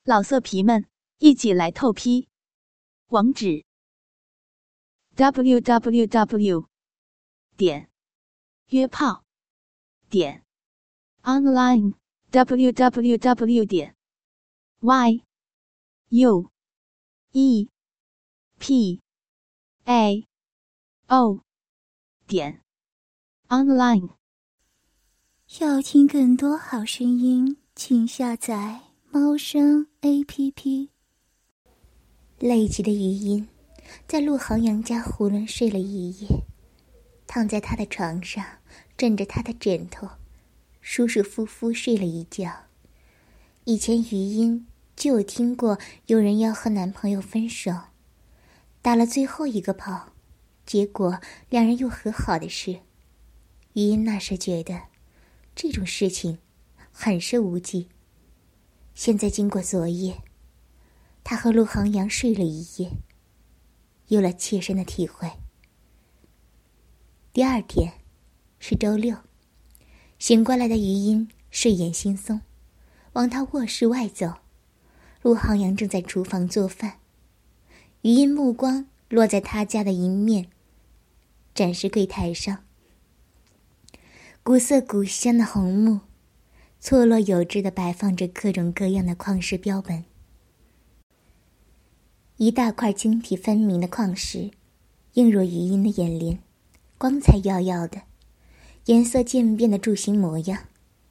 老色皮们，一起来透批！网址 www.约炮online www.yuepao.online。 要听更多好声音，请下载猫声 APP。 累极的余音在陆航阳家囫囵睡了一夜，躺在他的床上，枕着他的枕头，舒舒服服睡了一觉。以前余音就有听过有人要和男朋友分手，打了最后一个炮，结果两人又和好的事。余音那时觉得这种事情很是无稽。现在经过昨夜，他和陆航阳睡了一夜，有了切身的体会。第二天是周六，醒过来的余音睡眼惺忪，往他卧室外走。陆航阳正在厨房做饭，余音目光落在他家的一面展示柜台上，古色古香的红木错落有致地摆放着各种各样的矿石标本，一大块晶体分明的矿石映入余音的眼帘，光彩耀耀的，颜色渐变的柱形模样。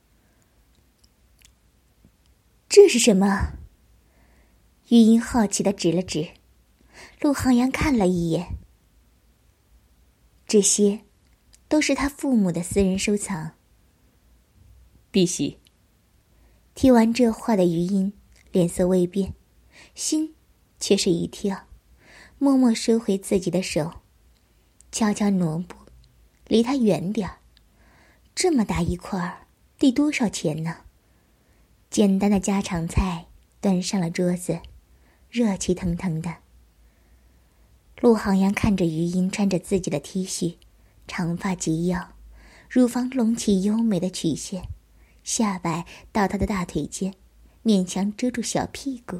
这是什么？余音好奇地指了指。陆航阳看了一眼，这些都是他父母的私人收藏。 碧玺。 听完这话的余音脸色微变，心却是一跳，默默收回自己的手，悄悄挪步，离他远点儿。这么大一块儿，得多少钱呢？简单的家常菜端上了桌子，热气腾腾的。陆航阳看着余音穿着自己的 T 恤，长发及腰，乳房隆起优美的曲线，下摆到他的大腿间，勉强遮住小屁股。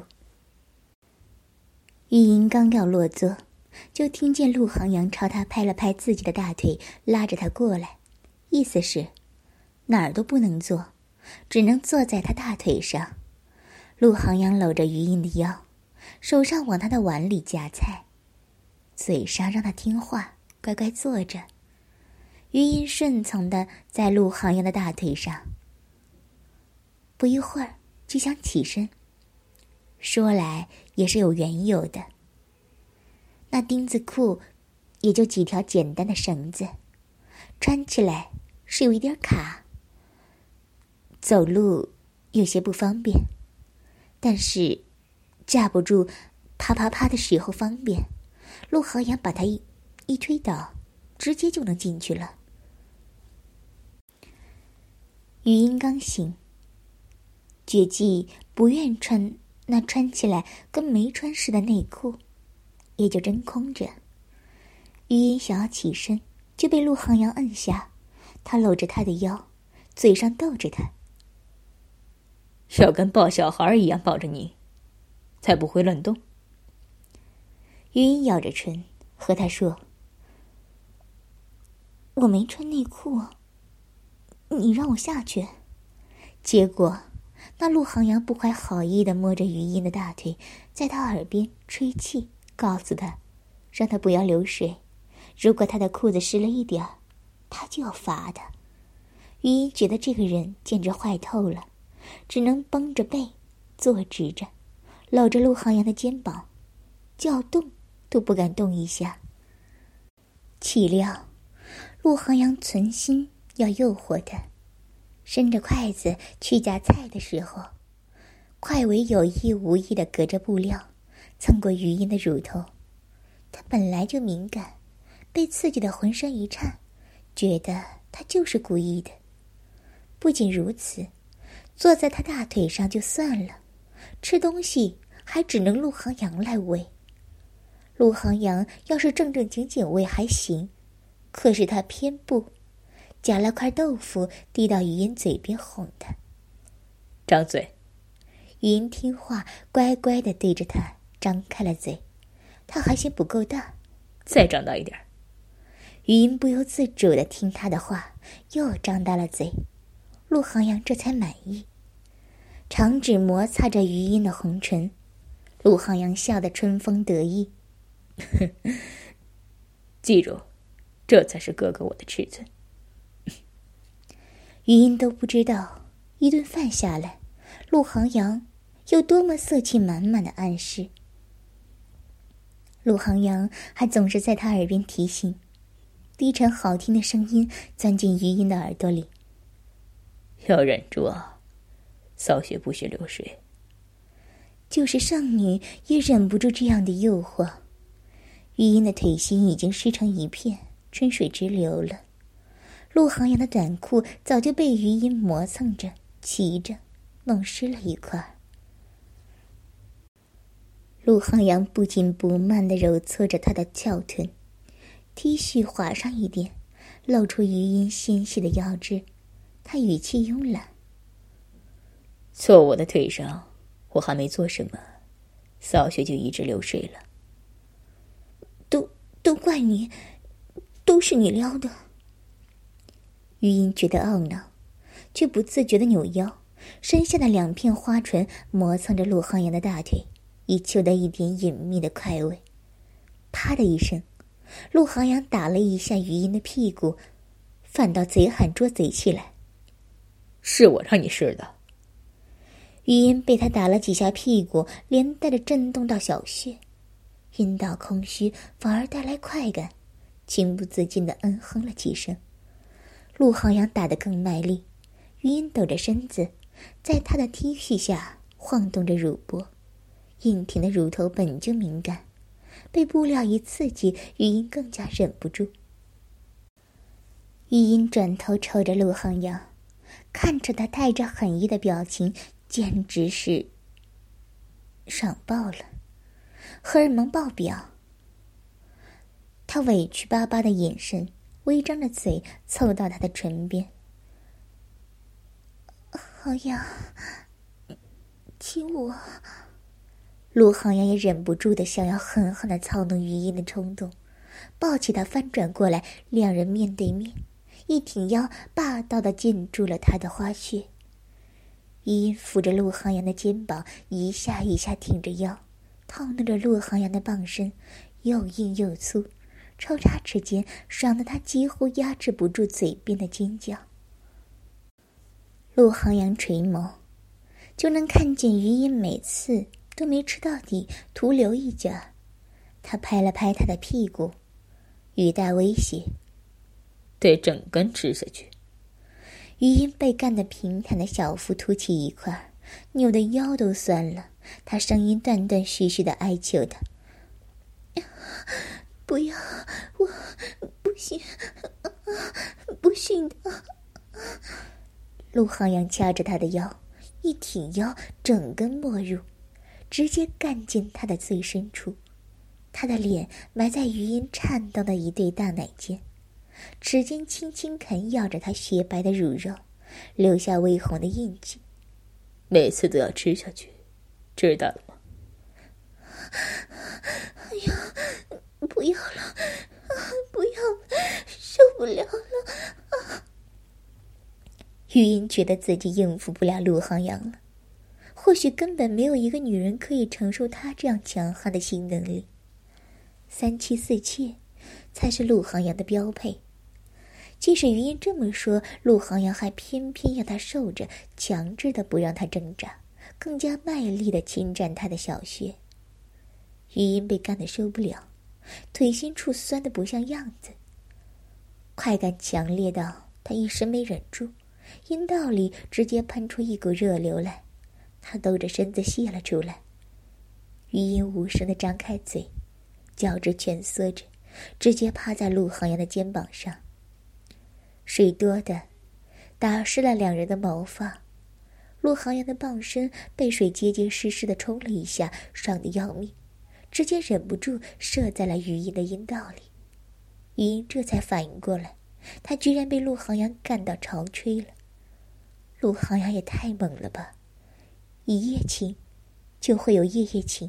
余音刚要落座，就听见陆航阳朝他拍了拍自己的大腿，拉着他过来，意思是哪儿都不能坐，只能坐在他大腿上。陆航阳搂着余音的腰，手上往他的碗里夹菜，嘴上让他听话，乖乖坐着。余音顺从地在陆航阳的大腿上，不一会儿就想起身。说来也是有缘由的，那钉子裤也就几条简单的绳子，穿起来是有一点卡，走路有些不方便，但是架不住啪啪啪的时候方便。陆航阳把他一推倒，直接就能进去了。余音刚醒，觉计不愿穿那穿起来跟没穿似的内裤，也就真空着。余音想要起身，就被陆航阳摁下，他搂着他的腰，嘴上逗着他， 要跟抱小孩一样抱着你，才不会乱动。 余音咬着唇和他说，我没穿内裤，你让我下去。结果那陆航阳不怀好意地摸着余音的大腿，在他耳边吹气，告诉他让他不要流水，如果他的裤子湿了一点儿，他就要罚他。余音觉得这个人简直坏透了，只能绷着背坐直着，搂着陆航阳的肩膀，叫动都不敢动一下。岂料陆航阳存心要诱惑他，伸着筷子去夹菜的时候，筷尾有意无意地隔着布料蹭过余音的乳头。他本来就敏感，被刺激得浑身一颤，觉得他就是故意的。不仅如此，坐在他大腿上就算了，吃东西还只能陆航阳来喂。陆航阳要是正正经经喂还行，可是他偏不，夹了块豆腐递到余音嘴边哄他， 张嘴。 语音听话，乖乖地对着他张开了嘴。他还嫌不够大， 再张大一点。 语音不由自主地听他的话，又张大了嘴。陆航阳这才满意，长指摩擦着余音的红唇。陆航阳笑得春风得意。 记住，这才是哥哥我的尺寸。 余音都不知道，一顿饭下来，陆航阳有多么色气满满的暗示。陆航阳还总是在他耳边提醒，低沉好听的声音钻进余音的耳朵里。 要忍住啊，扫雪不许流水。 就是剩女也忍不住这样的诱惑。余音的腿心已经湿成一片，春水直流了。陆航阳的短裤早就被余音磨蹭着、骑着，弄湿了一块。陆航阳不紧不慢地揉搓着她的翘臀，T 恤滑上一点，露出余音纤细的腰肢。他语气慵懒： 坐我的腿上，我还没做什么，扫雪就一直流水了。 都怪你，都是你撩的。余音觉得懊恼，却不自觉地扭腰，身下的2片花唇磨蹭着陆航阳的大腿，以求得一点隐秘的快慰。啪的一声，陆航阳打了一下余音的屁股，反倒贼喊捉贼起来： 是我让你试的。 余音被他打了几下屁股，连带着震动到小穴，阴道空虚反而带来快感，情不自禁地哼了几声。陆航阳打得更卖力，余音抖着身子，在他的 T 恤下晃动着乳波，硬挺的乳头本就敏感，被布料一刺激，余音更加忍不住。余音转头瞅着陆航阳，看着他带着狠意的表情，简直是爽爆了，荷尔蒙爆表。他委屈巴巴的眼神，微张着嘴凑到他的唇边：航阳，亲我。陆航阳也忍不住的想要狠狠的操弄余音的冲动，抱起他翻转过来，两人面对面，一挺腰，霸道的进驻了他的花穴。余音扶着陆航阳的肩膀，一下一下挺着腰，套弄着陆航阳的棒身，又硬又粗，抽插之间爽得他几乎压制不住嘴边的尖叫。陆航阳垂眸，就能看见余音每次都没吃到底，徒留一角。他拍了拍他的屁股，语带威胁： 得整根吃下去。 余音被干得平坦的小腹凸起一块，扭得腰都酸了。他声音断断续续地哀求他：不要，我不行，不行的。陆航阳掐着他的腰，一挺腰，整根没入，直接干进他的最深处。他的脸埋在余音颤动的一对大奶间，指尖轻轻啃咬着她雪白的乳肉，留下微红的印记。 每次都要吃下去，知道了吗？ 哎呀，不要了，不要了，受不了了。余音觉得自己应付不了陆航阳了，或许根本没有一个女人可以承受他这样强悍的性能力。3妻4妾才是陆航阳的标配。即使余音这么说，陆航阳还偏偏要他受着，强制的不让他挣扎，更加卖力的侵占他的小穴。余音被干得受不了，腿心处酸得不像样子，快感强烈到他一时没忍住，阴道里直接喷出一股热流来，他抖着身子泄了出来。余音无声地张开嘴，脚趾蜷缩着，直接趴在陆航阳的肩膀上。水多的打湿了两人的毛发，陆航阳的棒身被水结结实实地冲了一下，爽得要命，直接忍不住射在了余音的阴道里。余音这才反应过来，他居然被陆航阳干到潮吹了。陆航阳也太猛了吧， 一夜情，就会有夜夜情。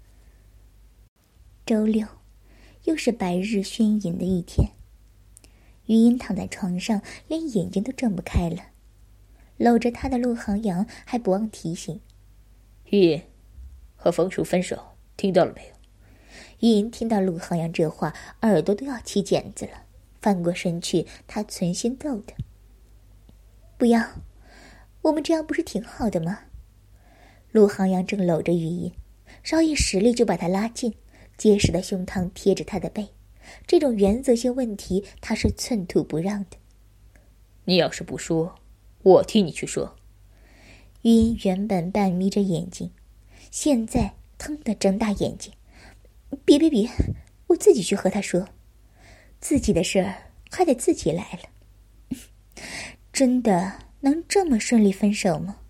周六，又是白日宣淫的一天。余音躺在床上，连眼睛都睁不开了。搂着他的陆航阳还不忘提醒：“ 余音，和冯叔分手，听到了没有？” 余音听到陆航阳这话，耳朵都要起茧子了，翻过身去，他存心逗他：“不要，我们这样不是挺好的吗？”陆航阳正搂着余音，稍一使力就把他拉近，结实的胸膛贴着他的背，这种原则性问题他是寸土不让的。 你要是不说，我替你去说。 余音原本半眯着眼睛，现在腾地睁大眼睛：“别，我自己去和他说，自己的事儿还得自己来了。”真的能这么顺利分手吗？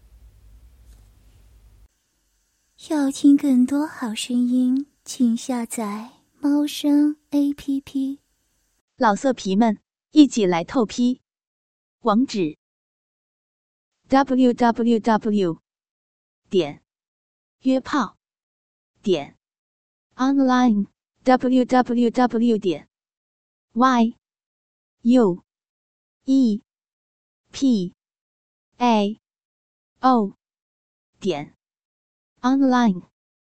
要听更多好声音，请下载猫声 APP。老色皮们，一起来透批！网址 www.约炮.online www.yuepao.online